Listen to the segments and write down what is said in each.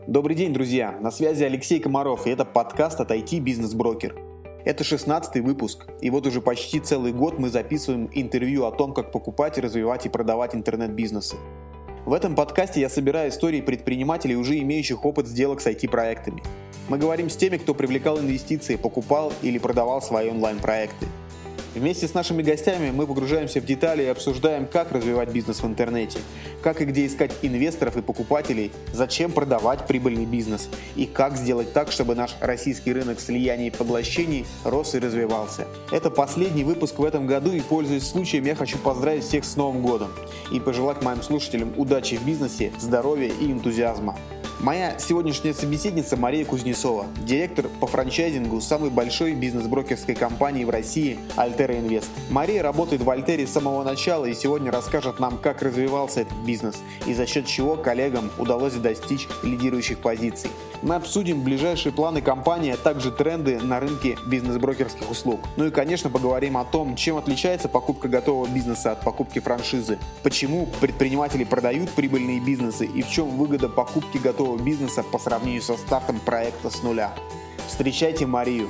Добрый день, друзья! На связи Алексей Комаров, и это подкаст от IT Business Broker. Это 16-й выпуск, и вот уже почти целый год мы записываем интервью о том, как покупать, развивать и продавать интернет-бизнесы. В этом подкасте я собираю истории предпринимателей, уже имеющих опыт сделок с IT-проектами. Мы говорим с теми, кто привлекал инвестиции, покупал или продавал свои онлайн-проекты. Вместе с нашими гостями мы погружаемся в детали и обсуждаем, как развивать бизнес в интернете, как и где искать инвесторов и покупателей, зачем продавать прибыльный бизнес и как сделать так, чтобы наш российский рынок слияний и поглощений рос и развивался. Это последний выпуск в этом году, и, пользуясь случаем, я хочу поздравить всех с Новым годом и пожелать моим слушателям удачи в бизнесе, здоровья и энтузиазма. Моя сегодняшняя собеседница Мария Кузнецова, директор по франчайзингу самой большой бизнес-брокерской компании в России Альтера Инвест. Мария работает в Альтере с самого начала и сегодня расскажет нам, как развивался этот бизнес и за счет чего коллегам удалось достичь лидирующих позиций. Мы обсудим ближайшие планы компании, а также тренды на рынке бизнес-брокерских услуг. Ну и, конечно, поговорим о том, чем отличается покупка готового бизнеса от покупки франшизы, почему предприниматели продают прибыльные бизнесы и в чем выгода покупки готового бизнеса по сравнению со стартом проекта с нуля. Встречайте Марию.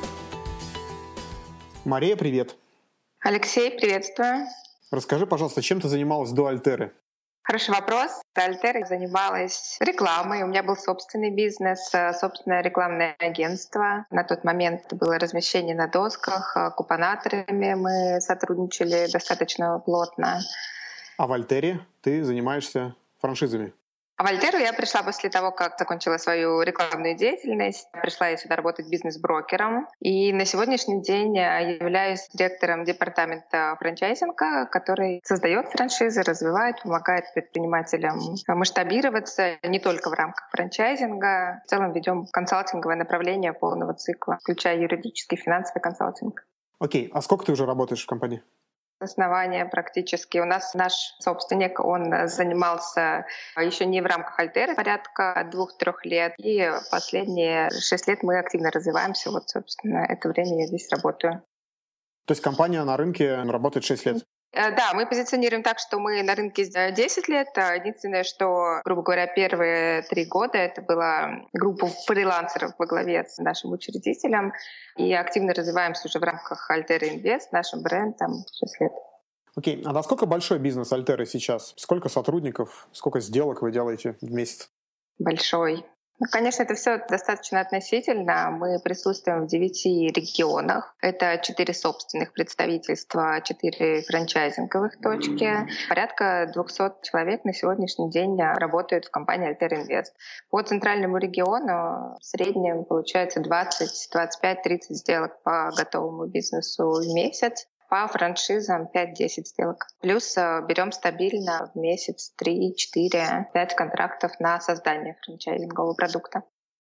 Мария, привет. Алексей, приветствую. Расскажи, пожалуйста, чем ты занималась до Альтеры? Хороший вопрос. До Альтеры занималась рекламой. У меня был собственный бизнес, собственное рекламное агентство. На тот момент это было размещение на досках, купонаторами мы сотрудничали достаточно плотно. А в Альтере ты занимаешься франшизами? А в Альтеру я пришла после того, как закончила свою рекламную деятельность. Пришла я сюда работать бизнес-брокером. И на сегодняшний день я являюсь директором департамента франчайзинга, который создает франшизы, развивает, помогает предпринимателям масштабироваться не только в рамках франчайзинга. В целом ведем консалтинговое направление полного цикла, включая юридический, финансовый консалтинг. Окей, а сколько ты уже работаешь в компании? Основания практически. У нас наш собственник, он занимался еще не в рамках Альтеры, порядка 2-3 лет. И последние 6 лет мы активно развиваемся. Вот, собственно, это время я здесь работаю. То есть компания на рынке работает 6 лет? Да, мы позиционируем так, что мы на рынке 10 лет. Единственное, что, грубо говоря, первые 3 года это была группа фрилансеров во главе с нашим учредителем. И активно развиваемся уже в рамках Альтера Инвест, нашим брендом 6 лет. Окей, а насколько большой бизнес Альтеры сейчас? Сколько сотрудников, сколько сделок вы делаете в месяц? Большой. Ну, конечно, это все достаточно относительно. Мы присутствуем в 9 регионах. Это 4 собственных представительства, 4 франчайзинговых точки. Порядка 200 человек на сегодняшний день работают в компании Альтера Инвест. По центральному региону в среднем получается 20, 25, 30 сделок по готовому бизнесу в месяц. По франшизам 5-10 сделок. Плюс берем стабильно в месяц 3, 4, 5 контрактов на создание франчайзингового продукта.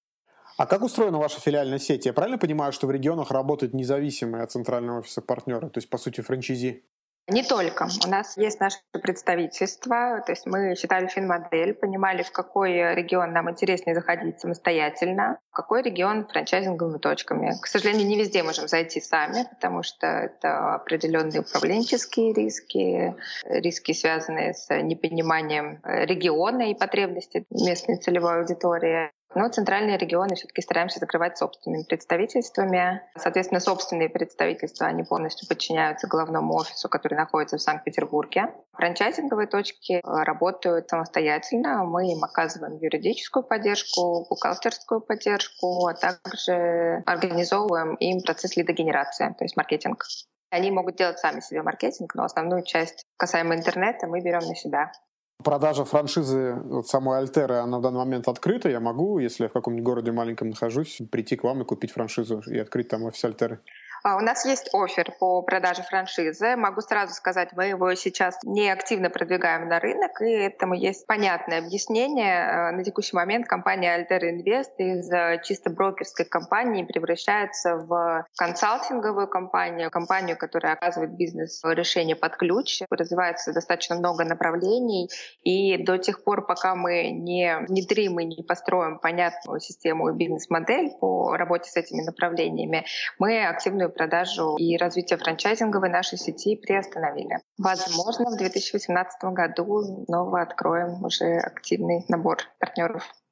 А как устроена ваша филиальная сеть? Я правильно понимаю, что в регионах работают независимые от центрального офиса партнеры, то есть, по сути, франчайзи? Не только. У нас есть наше представительство, то есть мы считали финмодель, понимали, в какой регион нам интереснее заходить самостоятельно, в какой регион франчайзинговыми точками. К сожалению, не везде можем зайти сами, потому что это определенные управленческие риски, риски, связанные с непониманием региона и потребностей местной целевой аудитории. Но центральные регионы все-таки стараемся закрывать собственными представительствами. Соответственно, собственные представительства, они полностью подчиняются главному офису, который находится в Санкт-Петербурге. Франчайзинговые точки работают самостоятельно. Мы им оказываем юридическую поддержку, бухгалтерскую поддержку, а также организовываем им процесс лидогенерации, то есть маркетинг. Они могут делать сами себе маркетинг, но основную часть касаемо интернета мы берем на себя. Продажа франшизы самой Альтеры, она в данный момент открыта. Я могу, если я в каком-нибудь городе маленьком нахожусь, прийти к вам и купить франшизу и открыть там офис Альтеры. У нас есть оффер по продаже франшизы. Могу сразу сказать, мы его сейчас не активно продвигаем на рынок, и этому есть понятное объяснение. На текущий момент компания Альтера Инвест из чисто брокерской компании превращается в консалтинговую компанию, которая оказывает бизнес-решения под ключ. Развивается достаточно много направлений, и до тех пор, пока мы не внедрим и не построим понятную систему и бизнес-модель по работе с этими направлениями, мы активную продажу и развитие франчайзинговой нашей сети приостановили. Возможно, в 2018 году снова откроем уже активный набор партнеров.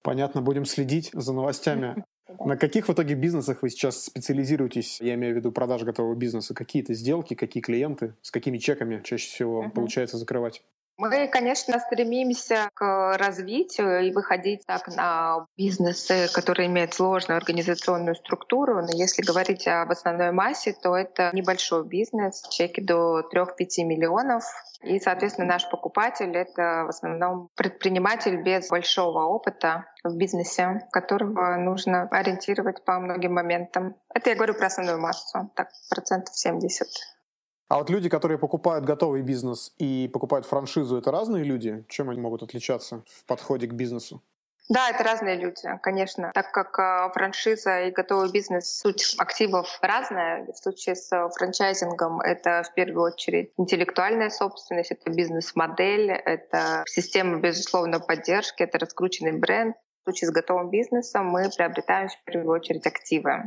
Понятно, будем следить за новостями. На каких в итоге бизнесах вы сейчас специализируетесь? Я имею в виду продажи готового бизнеса. Какие-то сделки, какие клиенты, с какими чеками чаще всего получается закрывать? Мы, конечно, стремимся к развитию и выходить так на бизнесы, которые имеют сложную организационную структуру. Но если говорить об основной массе, то это небольшой бизнес, чеки до 3-5 миллионов. И, соответственно, наш покупатель — это в основном предприниматель без большого опыта в бизнесе, которого нужно ориентировать по многим моментам. Это я говорю про основную массу, так, 70%. А вот люди, которые покупают готовый бизнес и покупают франшизу, это разные люди? Чем они могут отличаться в подходе к бизнесу? Да, это разные люди, конечно. Так как франшиза и готовый бизнес, суть активов разная. В случае с франчайзингом это в первую очередь интеллектуальная собственность, это бизнес-модель, это система, безусловно, поддержки, это раскрученный бренд. В случае с готовым бизнесом мы приобретаем в первую очередь активы.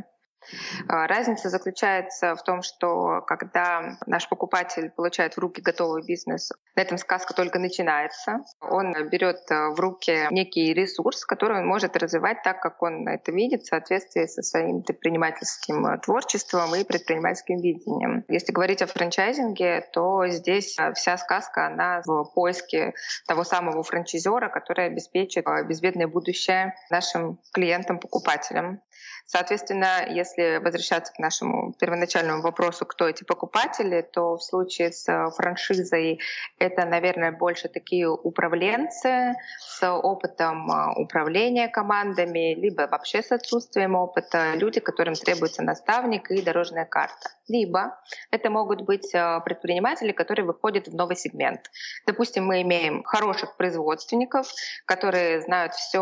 Разница заключается в том, что когда наш покупатель получает в руки готовый бизнес, на этом сказка только начинается. Он берет в руки некий ресурс, который он может развивать так, как он это видит, в соответствии со своим предпринимательским творчеством и предпринимательским видением. Если говорить о франчайзинге, то здесь вся сказка, она в поиске того самого франчайзера, который обеспечит безбедное будущее нашим клиентам-покупателям. Соответственно, если возвращаться к нашему первоначальному вопросу, кто эти покупатели, то в случае с франшизой это, наверное, больше такие управленцы с опытом управления командами, либо вообще с отсутствием опыта, люди, которым требуется наставник и дорожная карта. Либо это могут быть предприниматели, которые выходят в новый сегмент. Допустим, мы имеем хороших производственников, которые знают все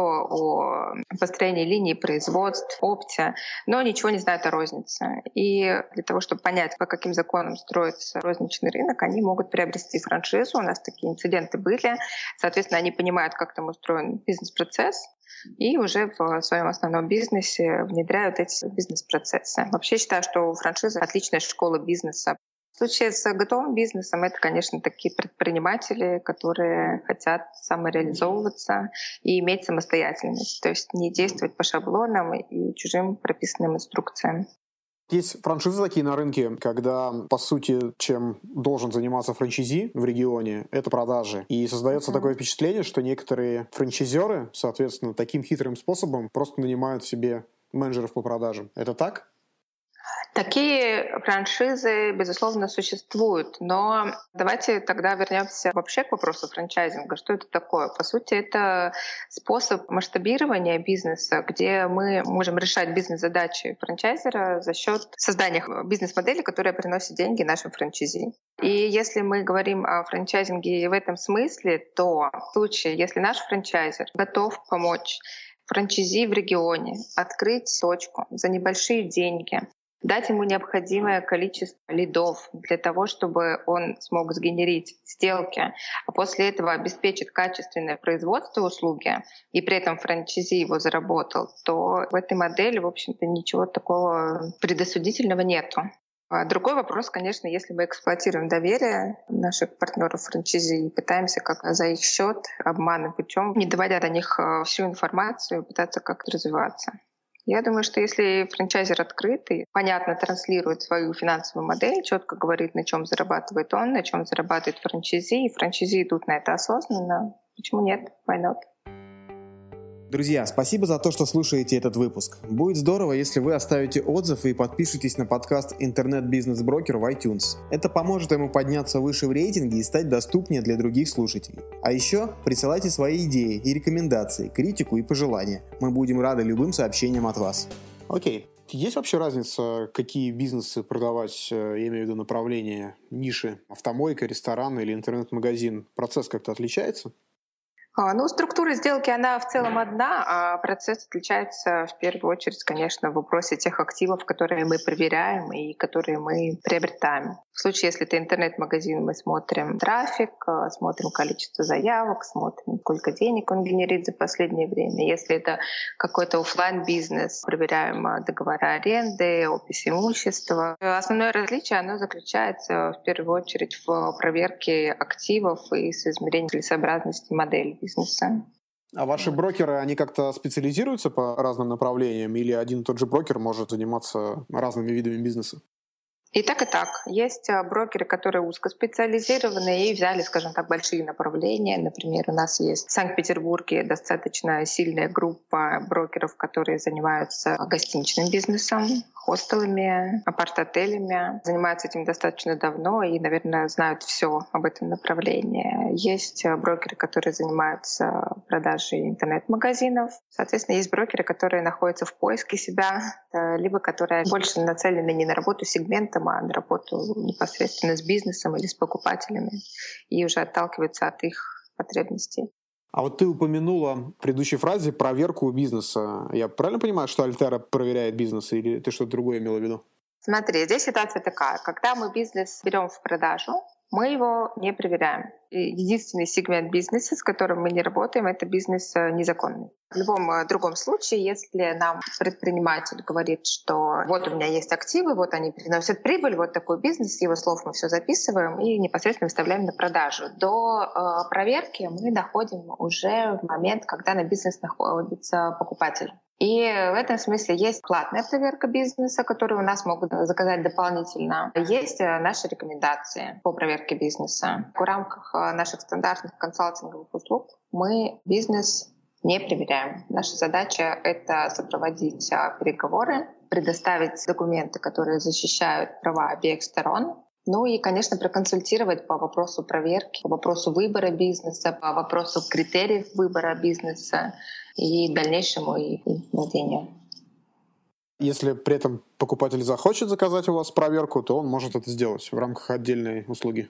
о построении линии производств, опте, но ничего не знают о рознице. И для того, чтобы понять, по каким законам строится розничный рынок, они могут приобрести франшизу. У нас такие инциденты были. Соответственно, они понимают, как там устроен бизнес-процесс, и уже в своем основном бизнесе внедряют эти бизнес-процессы. Вообще считаю, что франшиза — отличная школа бизнеса. В случае с готовым бизнесом это, конечно, такие предприниматели, которые хотят самореализовываться и иметь самостоятельность, то есть не действовать по шаблонам и чужим прописанным инструкциям. Есть франшизы такие на рынке, когда, по сути, чем должен заниматься франчайзи в регионе, это продажи. И создается такое впечатление, что некоторые франчайзеры, соответственно, таким хитрым способом просто нанимают себе менеджеров по продажам. Это так? Такие франшизы, безусловно, существуют, но давайте тогда вернемся вообще к вопросу франчайзинга. Что это такое? По сути, это способ масштабирования бизнеса, где мы можем решать бизнес-задачи франчайзера за счет создания бизнес-модели, которая приносит деньги нашим франчайзи. И если мы говорим о франчайзинге в этом смысле, то в случае, если наш франчайзер готов помочь франчайзи в регионе открыть точку за небольшие деньги, дать ему необходимое количество лидов для того, чтобы он смог сгенерить сделки, а после этого обеспечить качественное производство услуги, и при этом франчайзи его заработал, то в этой модели, в общем-то, ничего такого предосудительного нету. Другой вопрос, конечно, если мы эксплуатируем доверие наших партнеров франчайзи и пытаемся как за их счет, обманным путем, не доводя до них всю информацию, пытаться как-то развиваться. Я думаю, что если франчайзер открытый, понятно транслирует свою финансовую модель, четко говорит, на чем зарабатывает он, на чем зарабатывает франчайзи, и франчайзи идут на это осознанно, почему нет? Why not? Друзья, спасибо за то, что слушаете этот выпуск. Будет здорово, если вы оставите отзыв и подпишитесь на подкаст «Интернет-бизнес-брокер» в iTunes. Это поможет ему подняться выше в рейтинге и стать доступнее для других слушателей. А еще присылайте свои идеи и рекомендации, критику и пожелания. Мы будем рады любым сообщениям от вас. Окей. Есть вообще разница, какие бизнесы продавать, я имею в виду направление, ниши, автомойка, ресторан или интернет-магазин? Процесс как-то отличается? Структура сделки, она в целом одна, а процесс отличается в первую очередь, конечно, в вопросе тех активов, которые мы проверяем и которые мы приобретаем. В случае, если это интернет-магазин, мы смотрим трафик, смотрим количество заявок, смотрим, сколько денег он генерит за последнее время. Если это какой-то офлайн-бизнес, проверяем договора аренды, опись имущества. Основное различие, оно заключается в первую очередь в проверке активов и с измерением целесообразности модели бизнеса. А ваши брокеры, они как-то специализируются по разным направлениям или один и тот же брокер может заниматься разными видами бизнеса? И так, и так. Есть брокеры, которые узкоспециализированы и взяли, скажем так, большие направления. Например, у нас есть в Санкт-Петербурге достаточно сильная группа брокеров, которые занимаются гостиничным бизнесом, хостелами, апарт-отелями. Занимаются этим достаточно давно и, наверное, знают все об этом направлении. Есть брокеры, которые занимаются продажей интернет-магазинов. Соответственно, есть брокеры, которые находятся в поиске себя, либо которые больше нацелены не на работу с сегментом, а на работу непосредственно с бизнесом или с покупателями и уже отталкиваются от их потребностей. А вот ты упомянула в предыдущей фразе проверку бизнеса. Я правильно понимаю, что Альтера проверяет бизнес, или ты что-то другое имела в виду? Смотри, здесь ситуация такая. Когда мы бизнес берем в продажу, мы его не проверяем. И единственный сегмент бизнеса, с которым мы не работаем, это бизнес незаконный. В любом другом случае, если нам предприниматель говорит, что вот у меня есть активы, вот они приносят прибыль, вот такой бизнес, с его слов мы все записываем и непосредственно выставляем на продажу. До проверки мы доходим уже в момент, когда на бизнес находится покупатель. И в этом смысле есть платная проверка бизнеса, которую у нас могут заказать дополнительно. Есть наши рекомендации по проверке бизнеса. В рамках наших стандартных консалтинговых услуг мы бизнес не проверяем. Наша задача — это сопроводить переговоры, предоставить документы, которые защищают права обеих сторон. Ну и, конечно, проконсультировать по вопросу проверки, по вопросу выбора бизнеса, по вопросу критериев выбора бизнеса и дальнейшему их владению. Если при этом покупатель захочет заказать у вас проверку, то он может это сделать в рамках отдельной услуги.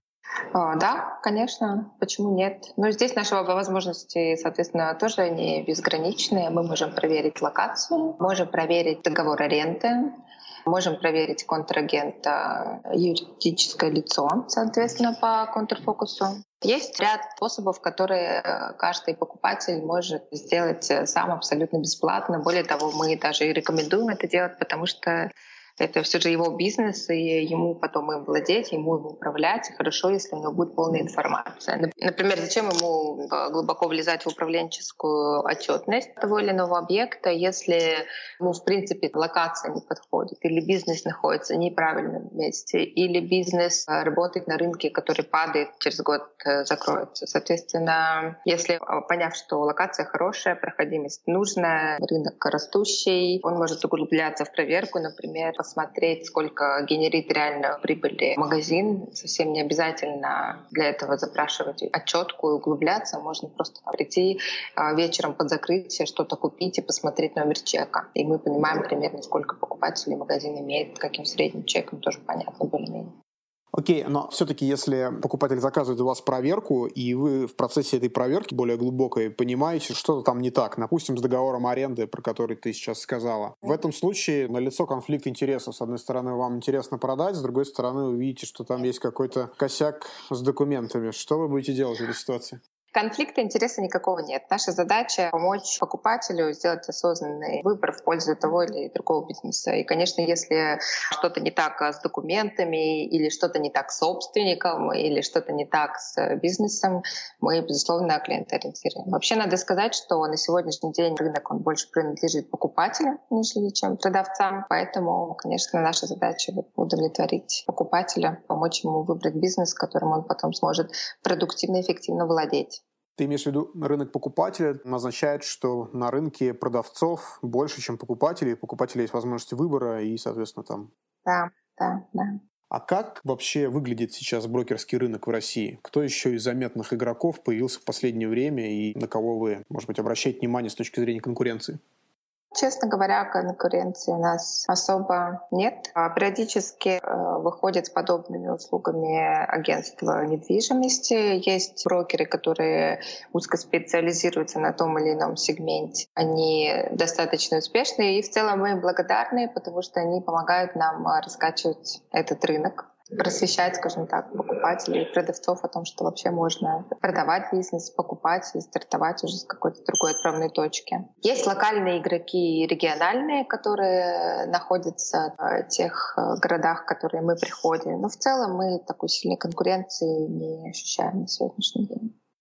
Да, конечно, почему нет? Но здесь наши возможности, соответственно, тоже не безграничные. Мы можем проверить локацию, можем проверить договор аренды, можем проверить контрагента, юридическое лицо, соответственно, по контрфокусу. Есть ряд способов, которые каждый покупатель может сделать сам абсолютно бесплатно. Более того, мы даже и рекомендуем это делать, потому что это все же его бизнес, и ему потом им владеть, ему управлять. И хорошо, если у него будет полная информация. Например, зачем ему глубоко влезать в управленческую отчетность того или иного объекта, если ему, в принципе, локация не подходит, или бизнес находится в неправильном месте, или бизнес работает на рынке, который падает, через год закроется. Соответственно, если поняв, что локация хорошая, проходимость нужная, рынок растущий, он может углубляться в проверку, например, посмотреть, сколько генерит реально прибыли магазин. Совсем не обязательно для этого запрашивать отчетку и углубляться. Можно просто прийти вечером под закрытие, что-то купить и посмотреть номер чека. И мы понимаем примерно, сколько покупателей магазин имеет, каким средним чеком, тоже понятно более-менее. Окей, но все-таки если покупатель заказывает у вас проверку, и вы в процессе этой проверки более глубокой понимаете, что-то там не так, допустим, с договором аренды, про который ты сейчас сказала. В этом случае налицо конфликт интересов. С одной стороны, вам интересно продать, с другой стороны, вы видите, что там есть какой-то косяк с документами. Что вы будете делать в этой ситуации? Конфликта интереса никакого нет. Наша задача — помочь покупателю сделать осознанный выбор в пользу того или другого бизнеса. И, конечно, если что-то не так с документами, или что-то не так с собственником, или что-то не так с бизнесом, мы, безусловно, клиентоориентируем. Вообще, надо сказать, что на сегодняшний день рынок, он больше принадлежит покупателям, нежели чем продавцам. Поэтому, конечно, наша задача — удовлетворить покупателя, помочь ему выбрать бизнес, которым он потом сможет продуктивно и эффективно владеть. Ты имеешь в виду рынок покупателя, означает, что на рынке продавцов больше, чем покупателей. У покупателей есть возможность выбора и, соответственно, там... Да. А как вообще выглядит сейчас брокерский рынок в России? Кто еще из заметных игроков появился в последнее время и на кого вы, может быть, обращаете внимание с точки зрения конкуренции? Честно говоря, конкуренции у нас особо нет. Периодически выходят с подобными услугами агентства недвижимости. Есть брокеры, которые узкоспециализируются на том или ином сегменте. Они достаточно успешны, и в целом мы им благодарны, потому что они помогают нам раскачивать этот рынок, просвещать, скажем так, покупателей и продавцов о том, что вообще можно продавать бизнес, покупать и стартовать уже с какой-то другой отправной точки. Есть локальные игроки и региональные, которые находятся в тех городах, в которые мы приходим. Но в целом мы такой сильной конкуренции не ощущаем на сегодняшний день.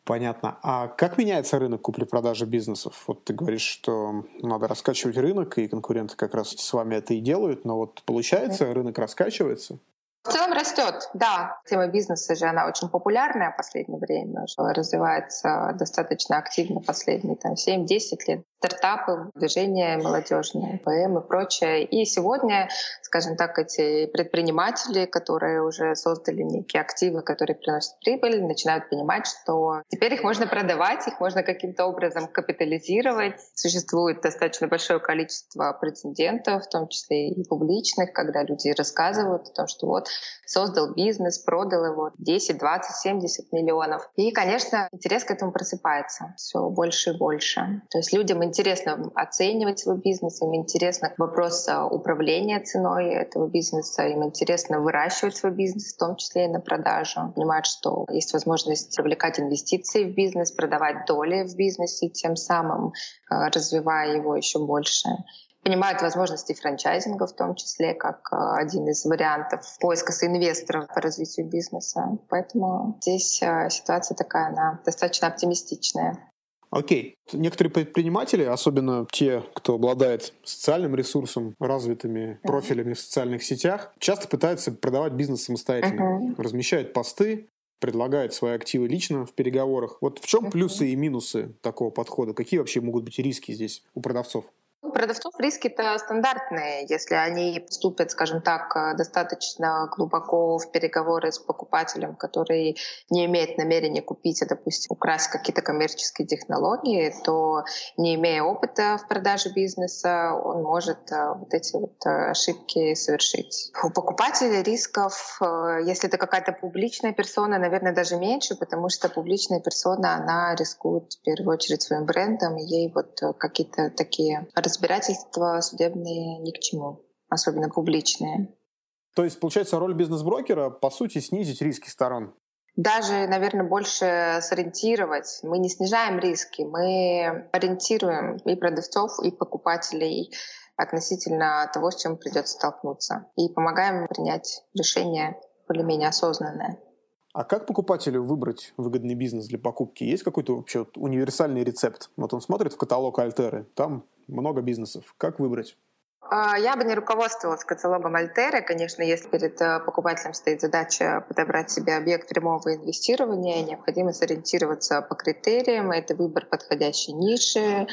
Понятно. А как меняется рынок купли-продажи бизнесов? Вот ты говоришь, что надо раскачивать рынок, и конкуренты как раз с вами это и делают, но вот получается, рынок раскачивается? В целом растет, да. Тема бизнеса же, она очень популярная в последнее время, уже развивается достаточно активно последние 7-10 лет. Стартапы, движения молодежные, ПМ и прочее. И сегодня, скажем так, эти предприниматели, которые уже создали некие активы, которые приносят прибыль, начинают понимать, что теперь их можно продавать, их можно каким-то образом капитализировать. Существует достаточно большое количество прецедентов, в том числе и публичных, когда люди рассказывают о том, что вот создал бизнес, продал его 10, 20, 70 миллионов. И, конечно, интерес к этому просыпается все больше и больше. То есть людям интересно оценивать свой бизнес, им интересно вопрос управления ценой этого бизнеса, им интересно выращивать свой бизнес, в том числе и на продажу. Понимают, что есть возможность привлекать инвестиции в бизнес, продавать доли в бизнесе, тем самым развивая его еще больше. Понимают возможности франчайзинга, в том числе, как один из вариантов поиска соинвесторов по развитию бизнеса. Поэтому здесь ситуация такая, она достаточно оптимистичная. Окей. Некоторые предприниматели, особенно те, кто обладает социальным ресурсом, развитыми профилями в социальных сетях, часто пытаются продавать бизнес самостоятельно. Размещают посты, предлагают свои активы лично в переговорах. Вот в чем плюсы и минусы такого подхода? Какие вообще могут быть риски здесь у продавцов? У продавцов риски-то стандартные, если они вступят, скажем так, достаточно глубоко в переговоры с покупателем, который не имеет намерения купить, допустим, украсть какие-то коммерческие технологии, то, не имея опыта в продаже бизнеса, он может вот эти ошибки совершить. У покупателя рисков, если это какая-то публичная персона, наверное, даже меньше, потому что публичная персона, она рискует в первую очередь своим брендом, и ей какие-то такие разбирательства судебные ни к чему, особенно публичные. То есть, получается, роль бизнес-брокера, по сути, снизить риски сторон? Даже, наверное, больше сориентировать. Мы не снижаем риски, мы ориентируем и продавцов, и покупателей относительно того, с чем придется столкнуться. И помогаем принять решение более-менее осознанное. А как покупателю выбрать выгодный бизнес для покупки? Есть какой-то вообще универсальный рецепт? Вот он смотрит в каталог Альтеры, там много бизнесов. Как выбрать? Я бы не руководствовалась каталогом Альтеры. Конечно, если перед покупателем стоит задача подобрать себе объект прямого инвестирования, необходимо сориентироваться по критериям. Это выбор подходящей ниши,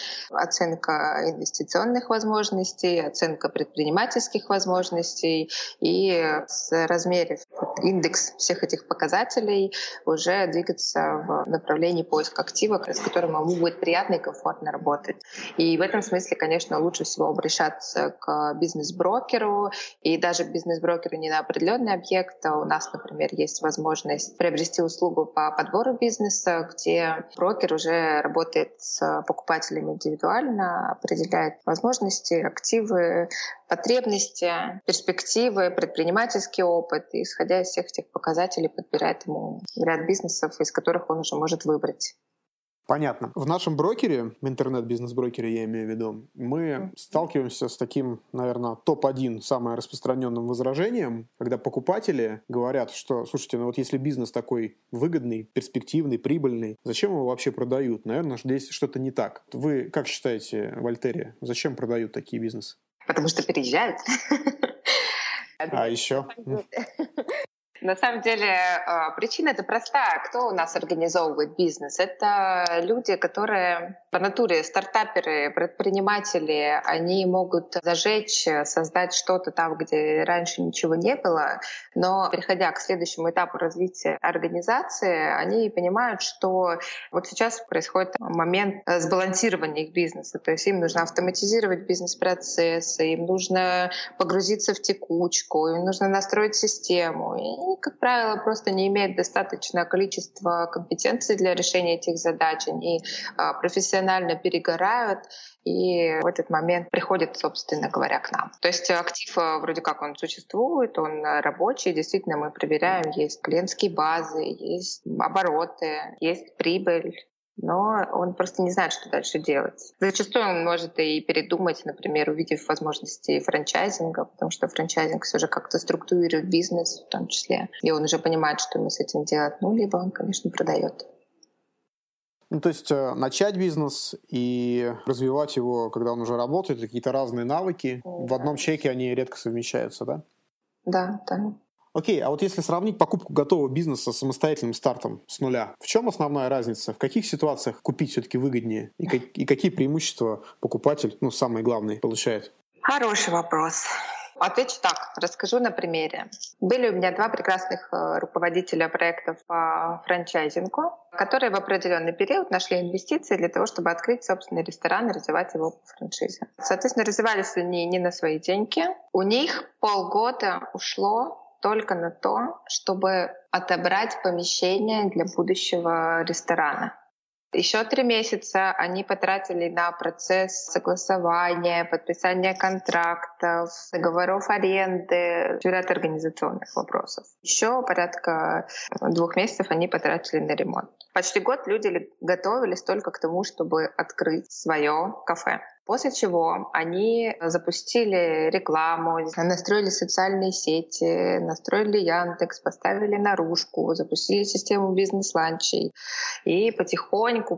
оценка инвестиционных возможностей, оценка предпринимательских возможностей и размерив индекс всех этих показателей уже двигаться в направлении поиска актива, с которым ему будет приятно и комфортно работать. И в этом смысле, конечно, лучше всего обращаться к бизнес-брокеру, и даже бизнес-брокеру не на определенный объект. У нас, например, есть возможность приобрести услугу по подбору бизнеса, где брокер уже работает с покупателями индивидуально, определяет возможности, активы, потребности, перспективы, предпринимательский опыт, и, исходя из всех этих показателей, подбирает ему ряд бизнесов, из которых он уже может выбрать. Понятно. В нашем брокере, в интернет-бизнес-брокере я имею в виду, мы сталкиваемся с таким, наверное, топ-1 самым распространенным возражением, когда покупатели говорят, что, слушайте, ну вот если бизнес такой выгодный, перспективный, прибыльный, зачем его вообще продают? Наверное, здесь что-то не так. Вы как считаете в Альтере, зачем продают такие бизнесы? Потому что переезжают. А еще? На самом деле причина это простая. Кто у нас организовывает бизнес? Это люди, которые по натуре стартаперы, предприниматели. Они могут зажечь, создать что-то там, где раньше ничего не было. Но переходя к следующему этапу развития организации, они понимают, что вот сейчас происходит момент сбалансирования их бизнеса. То есть им нужно автоматизировать бизнес-процессы, им нужно погрузиться в текучку, им нужно настроить систему. И, как правило, просто не имеют достаточное количество компетенций для решения этих задач. Они профессионально перегорают, и в этот момент приходят, собственно говоря, к нам. То есть актив вроде как он существует, он рабочий. Действительно, мы проверяем, есть клиентские базы, есть обороты, есть прибыль. Но он просто не знает, что дальше делать. Зачастую он может и передумать, например, увидев возможности франчайзинга, потому что франчайзинг все же как-то структурирует бизнес в том числе. И он уже понимает, что ему с этим делать. Ну, либо он, конечно, продает. Ну, то есть начать бизнес и развивать его, когда он уже работает, какие-то разные навыки. В одном чеке они редко совмещаются, да? Да, да. Окей, а вот если сравнить покупку готового бизнеса с самостоятельным стартом с нуля, в чем основная разница? В каких ситуациях купить все-таки выгоднее? И какие преимущества покупатель, самые главные, получает? Хороший вопрос. Отвечу так, расскажу на примере. Были у меня два прекрасных руководителя проектов по франчайзингу, которые в определенный период нашли инвестиции для того, чтобы открыть собственный ресторан и развивать его по франшизе. Соответственно, развивались они не на свои деньги. У них полгода ушло только на то, чтобы отобрать помещение для будущего ресторана. Еще 3 месяца они потратили на процесс согласования, подписания контрактов, договоров аренды, ряд организационных вопросов. Еще порядка 2 месяцев они потратили на ремонт. Почти год люди готовились только к тому, чтобы открыть свое кафе. После чего они запустили рекламу, настроили социальные сети, настроили Яндекс, поставили наружку, запустили систему бизнес-ланчей. И потихоньку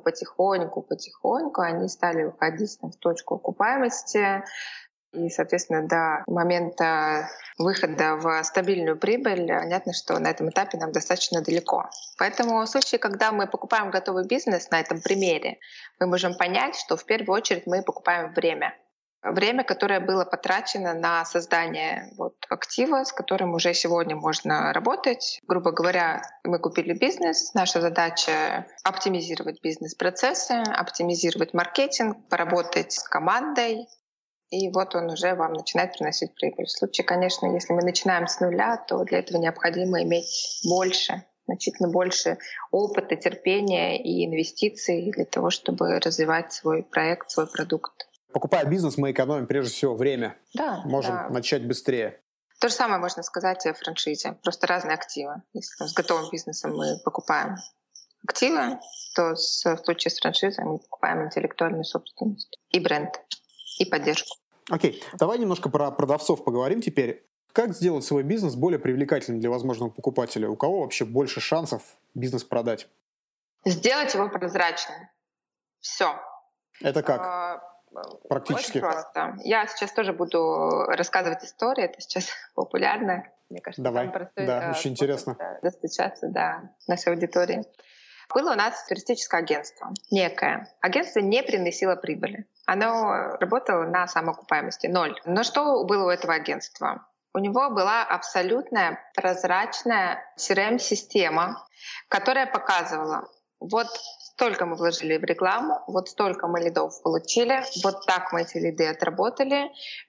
они стали выходить в точку окупаемости. И, соответственно, до момента выхода в стабильную прибыль, понятно, что на этом этапе нам достаточно далеко. Поэтому в случае, когда мы покупаем готовый бизнес на этом примере, мы можем понять, что в первую очередь мы покупаем время. Время, которое было потрачено на создание актива, с которым уже сегодня можно работать. Грубо говоря, мы купили бизнес, наша задача — оптимизировать бизнес-процессы, оптимизировать маркетинг, поработать с командой, и он уже вам начинает приносить прибыль. В случае, конечно, если мы начинаем с нуля, то для этого необходимо иметь значительно больше опыта, терпения и инвестиций для того, чтобы развивать свой проект, свой продукт. Покупая бизнес, мы экономим прежде всего время. Да. Можем начать быстрее. То же самое можно сказать и о франшизе. Просто разные активы. Если с готовым бизнесом мы покупаем активы, то в случае с франшизой мы покупаем интеллектуальную собственность и бренд, и поддержку. Окей, давай немножко про продавцов поговорим теперь. Как сделать свой бизнес более привлекательным для возможного покупателя? У кого вообще больше шансов бизнес продать? Сделать его прозрачным. Все. Это как? Практически. Очень просто. Я сейчас тоже буду рассказывать истории. Это сейчас популярно. Мне кажется, давай. Простой, очень интересно. Достучаться до нашей аудитории. Было у нас туристическое агентство некое. Агентство не приносило прибыли. Оно работало на самоокупаемости 0. Но что было у этого агентства? У него была абсолютная прозрачная CRM-система, которая показывала, столько мы вложили в рекламу, столько мы лидов получили, так мы эти лиды отработали,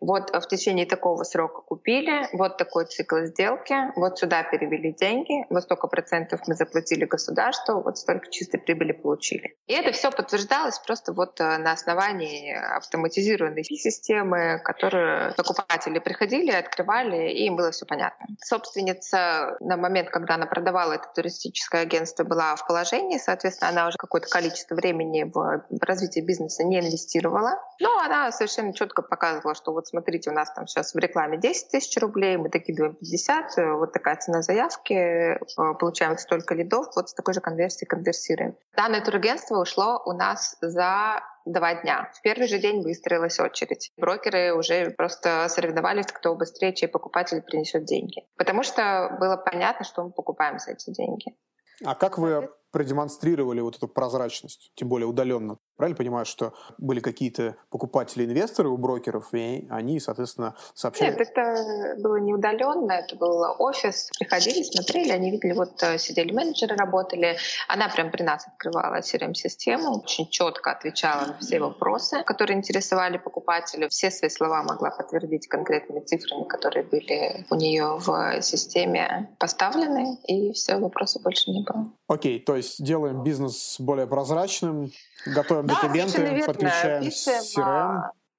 в течение такого срока купили, такой цикл сделки, сюда перевели деньги, столько процентов мы заплатили государству, столько чистой прибыли получили. И это все подтверждалось просто на основании автоматизированной системы, которую покупатели приходили, открывали, и им было все понятно. Собственница на момент, когда она продавала это туристическое агентство, была в положении, соответственно, она уже какое-то количество времени в развитие бизнеса не инвестировала. Но она совершенно четко показывала, что смотрите, у нас там сейчас в рекламе 10 тысяч рублей, мы докидываем 50, такая цена заявки, получаем столько лидов, с такой же конверсией конверсируем. Данное турагентство ушло у нас за 2 дня. В первый же день выстроилась очередь. Брокеры уже просто соревновались, кто быстрее, чей покупатель принесет деньги. Потому что было понятно, что мы покупаем за эти деньги. А как вы продемонстрировали эту прозрачность, тем более удаленно? Правильно понимаю, что были какие-то покупатели-инвесторы у брокеров, и они, соответственно, сообщали? Нет, это было не удаленно, это был офис. Приходили, смотрели, они видели, сидели менеджеры, работали. Она прям при нас открывала CRM-систему, очень четко отвечала на все вопросы, которые интересовали покупателя. Все свои слова могла подтвердить конкретными цифрами, которые были у нее в системе поставлены, и все, вопросов больше не было. Окей, то есть делаем бизнес более прозрачным, готовим документы, подключаем CRM.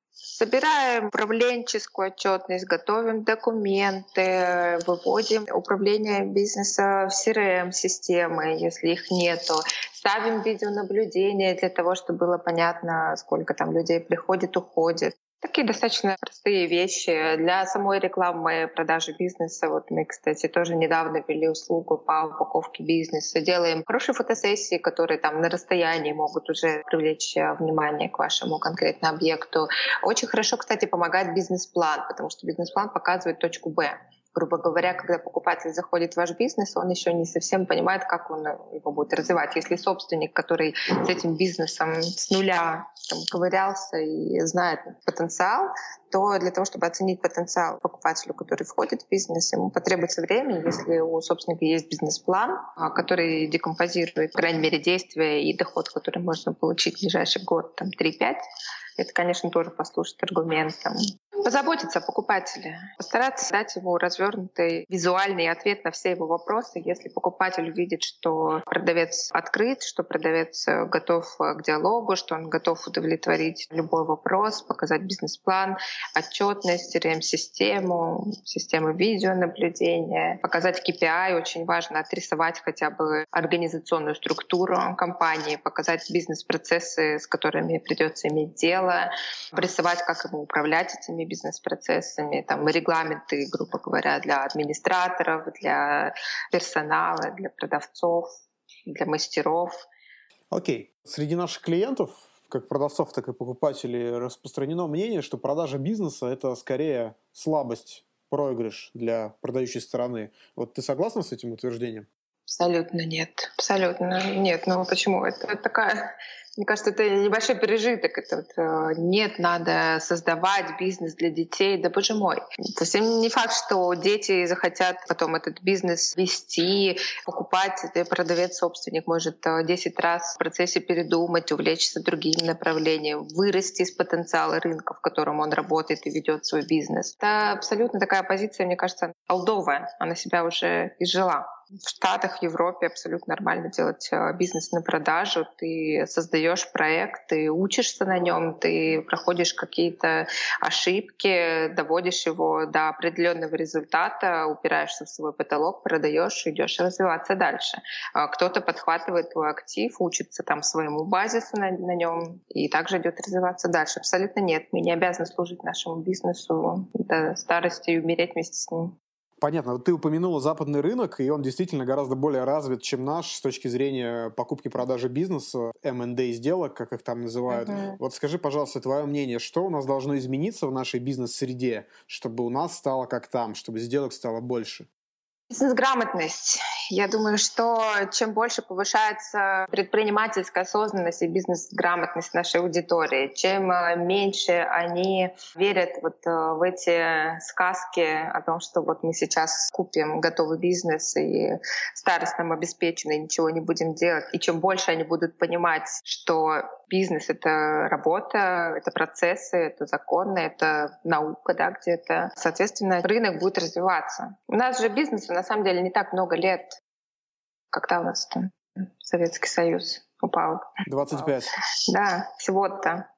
Собираем управленческую отчетность, готовим документы, выводим управление бизнеса в CRM-системы, если их нету. Ставим видеонаблюдение для того, чтобы было понятно, сколько там людей приходит, уходит. Такие достаточно простые вещи. Для самой рекламы продажи бизнеса, вот мы, кстати, тоже недавно ввели услугу по упаковке бизнеса. Делаем хорошие фотосессии, которые там на расстоянии могут уже привлечь внимание к вашему конкретному объекту. Очень хорошо, кстати, помогает бизнес-план, потому что бизнес-план показывает точку «Б». Грубо говоря, когда покупатель заходит в ваш бизнес, он еще не совсем понимает, как он его будет развивать. Если собственник, который с этим бизнесом с нуля там, ковырялся и знает потенциал, то для того, чтобы оценить потенциал покупателю, который входит в бизнес, ему потребуется время. Если у собственника есть бизнес-план, который декомпозирует, по крайней мере, действия и доход, который можно получить в ближайший год, там, 3-5, это, конечно, тоже послужит аргументом. Позаботиться о покупателе, постараться дать ему развернутый визуальный ответ на все его вопросы. Если покупатель увидит, что продавец открыт, что продавец готов к диалогу, что он готов удовлетворить любой вопрос, показать бизнес-план, отчетность, CRM-систему, систему видеонаблюдения, показать KPI, очень важно отрисовать хотя бы организационную структуру компании, показать бизнес-процессы, с которыми придется иметь дело, обрисовать, как ему управлять этими бизнес-процессами, там, регламенты, грубо говоря, для администраторов, для персонала, для продавцов, для мастеров. Окей. Среди наших клиентов, как продавцов, так и покупателей, распространено мнение, что продажа бизнеса – это скорее слабость, проигрыш для продающей стороны. Вот ты согласна с этим утверждением? Абсолютно нет. Абсолютно нет. Ну почему? Это такая... Мне кажется, это небольшой пережиток. Это вот, нет, надо создавать бизнес для детей. Да, боже мой. Совсем не факт, что дети захотят потом этот бизнес вести, покупать. Продавец-собственник может 10 раз в процессе передумать, увлечься другим направлением, вырасти из потенциала рынка, в котором он работает и ведет свой бизнес. Это абсолютно такая позиция, мне кажется, олдовая. Она себя уже изжила. В Штатах, в Европе абсолютно нормально делать бизнес на продажу. Ты создаешь проект, ты учишься на нем, ты проходишь какие-то ошибки, доводишь его до определенного результата, упираешься в свой потолок, продаешь, идешь развиваться дальше. Кто-то подхватывает твой актив, учится там своему базису на нем и также идет развиваться дальше. Абсолютно нет. Мы не обязаны служить нашему бизнесу до старости и умереть вместе с ним. Понятно. Ты упомянула западный рынок, и он действительно гораздо более развит, чем наш с точки зрения покупки-продажи бизнеса, M&A сделок, как их там называют. Вот скажи, пожалуйста, твое мнение, что у нас должно измениться в нашей бизнес-среде, чтобы у нас стало как там, чтобы сделок стало больше? Бизнес-грамотность. Я думаю, что чем больше повышается предпринимательская осознанность и бизнес-грамотность нашей аудитории, чем меньше они верят вот в эти сказки о том, что вот мы сейчас купим готовый бизнес и старость нам обеспечена, и ничего не будем делать. И чем больше они будут понимать, что бизнес — это работа, это процессы, это законы, это наука, да, где-то. Соответственно, рынок будет развиваться. У нас же бизнесу на самом деле не так много лет. Когда у нас там Советский Союз упал? 25. Да, всего-то.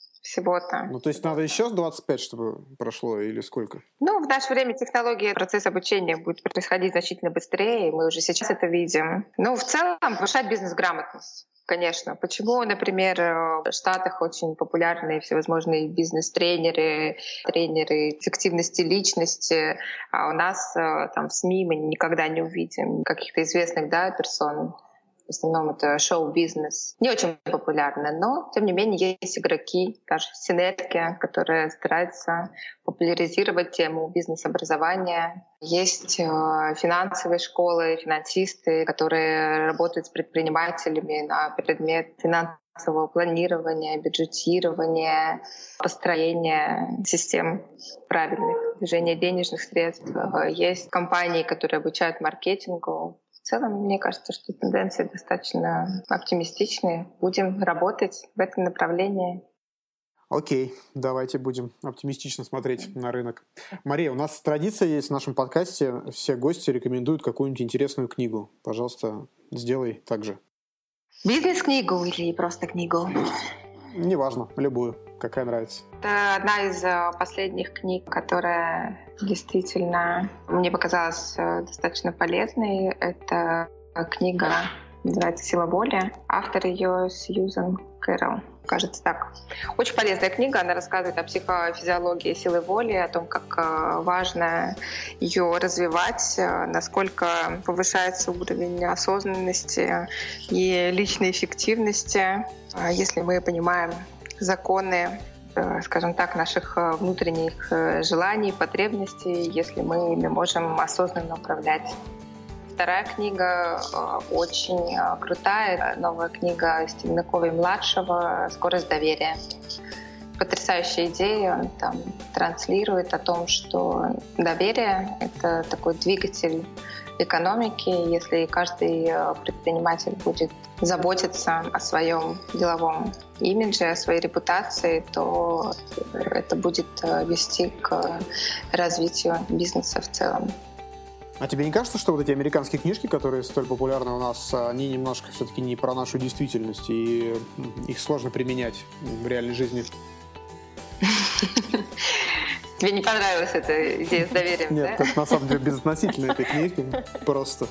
Ну, то есть надо еще 25, чтобы прошло, или сколько? Ну, в наше время технологии, процесс обучения будет происходить значительно быстрее, и мы уже сейчас это видим. Ну, в целом, повышать бизнес-грамотность. Конечно. Почему, например, в Штатах очень популярны всевозможные бизнес-тренеры, тренеры эффективности личности, а у нас там в СМИ мы никогда не увидим каких-то известных, да, персон. В основном это шоу-бизнес. Не очень популярно, но, тем не менее, есть игроки, даже Синергия, которые стараются популяризировать тему бизнес-образования. Есть финансовые школы, финансисты, которые работают с предпринимателями на предмет финансового планирования, бюджетирования, построения систем правильных, движения денежных средств. Есть компании, которые обучают маркетингу. В целом, мне кажется, что тенденции достаточно оптимистичные. Будем работать в этом направлении. Окей, давайте будем оптимистично смотреть на рынок. Мария, у нас традиция есть в нашем подкасте. Все гости рекомендуют какую-нибудь интересную книгу. Пожалуйста, сделай так же. Бизнес-книгу или просто книгу? Неважно, любую, какая нравится. Это одна из последних книг, которая действительно мне показалась достаточно полезной. Это книга, называется «Сила воли». Автор ее Сьюзан Кэрролл. Кажется так. Очень полезная книга, она рассказывает о психофизиологии силы воли, о том, как важно ее развивать, насколько повышается уровень осознанности и личной эффективности, если мы понимаем законы, скажем так, наших внутренних желаний, потребностей, если мы ими можем осознанно управлять. Вторая книга очень крутая, новая книга Стивена Ковей-младшего «Скорость доверия». Потрясающая идея, он там транслирует о том, что доверие — это такой двигатель экономики. Если каждый предприниматель будет заботиться о своем деловом имидже, о своей репутации, то это будет вести к развитию бизнеса в целом. А тебе не кажется, что вот эти американские книжки, которые столь популярны у нас, они немножко все-таки не про нашу действительность, и их сложно применять в реальной жизни? Тебе не понравилась эта идея с доверием, да? Нет, это на самом деле безотносительно этой книги, просто.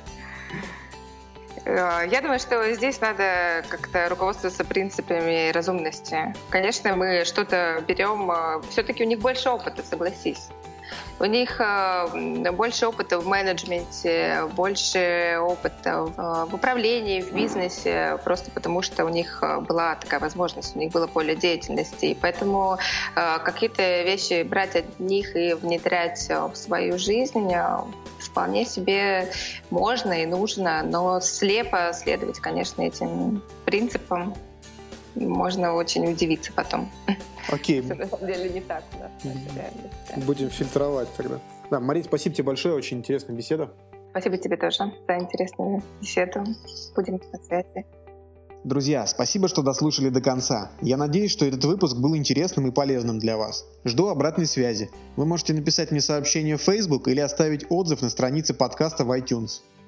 Я думаю, что здесь надо как-то руководствоваться принципами разумности. Конечно, мы что-то берем, все-таки у них больше опыта, согласись. У них больше опыта в менеджменте, больше опыта в управлении, в бизнесе, просто потому что у них была такая возможность, у них было поле деятельности. И поэтому какие-то вещи брать от них и внедрять в свою жизнь вполне себе можно и нужно, но слепо следовать, конечно, этим принципам можно очень удивиться потом. Окей. На самом деле не так, да. Будем фильтровать тогда. Да, Марин, спасибо тебе большое, очень интересная беседа. Спасибо тебе тоже за интересную беседу. Будем на связи. Друзья, спасибо, что дослушали до конца. Я надеюсь, что этот выпуск был интересным и полезным для вас. Жду обратной связи. Вы можете написать мне сообщение в Facebook или оставить отзыв на странице подкаста в iTunes.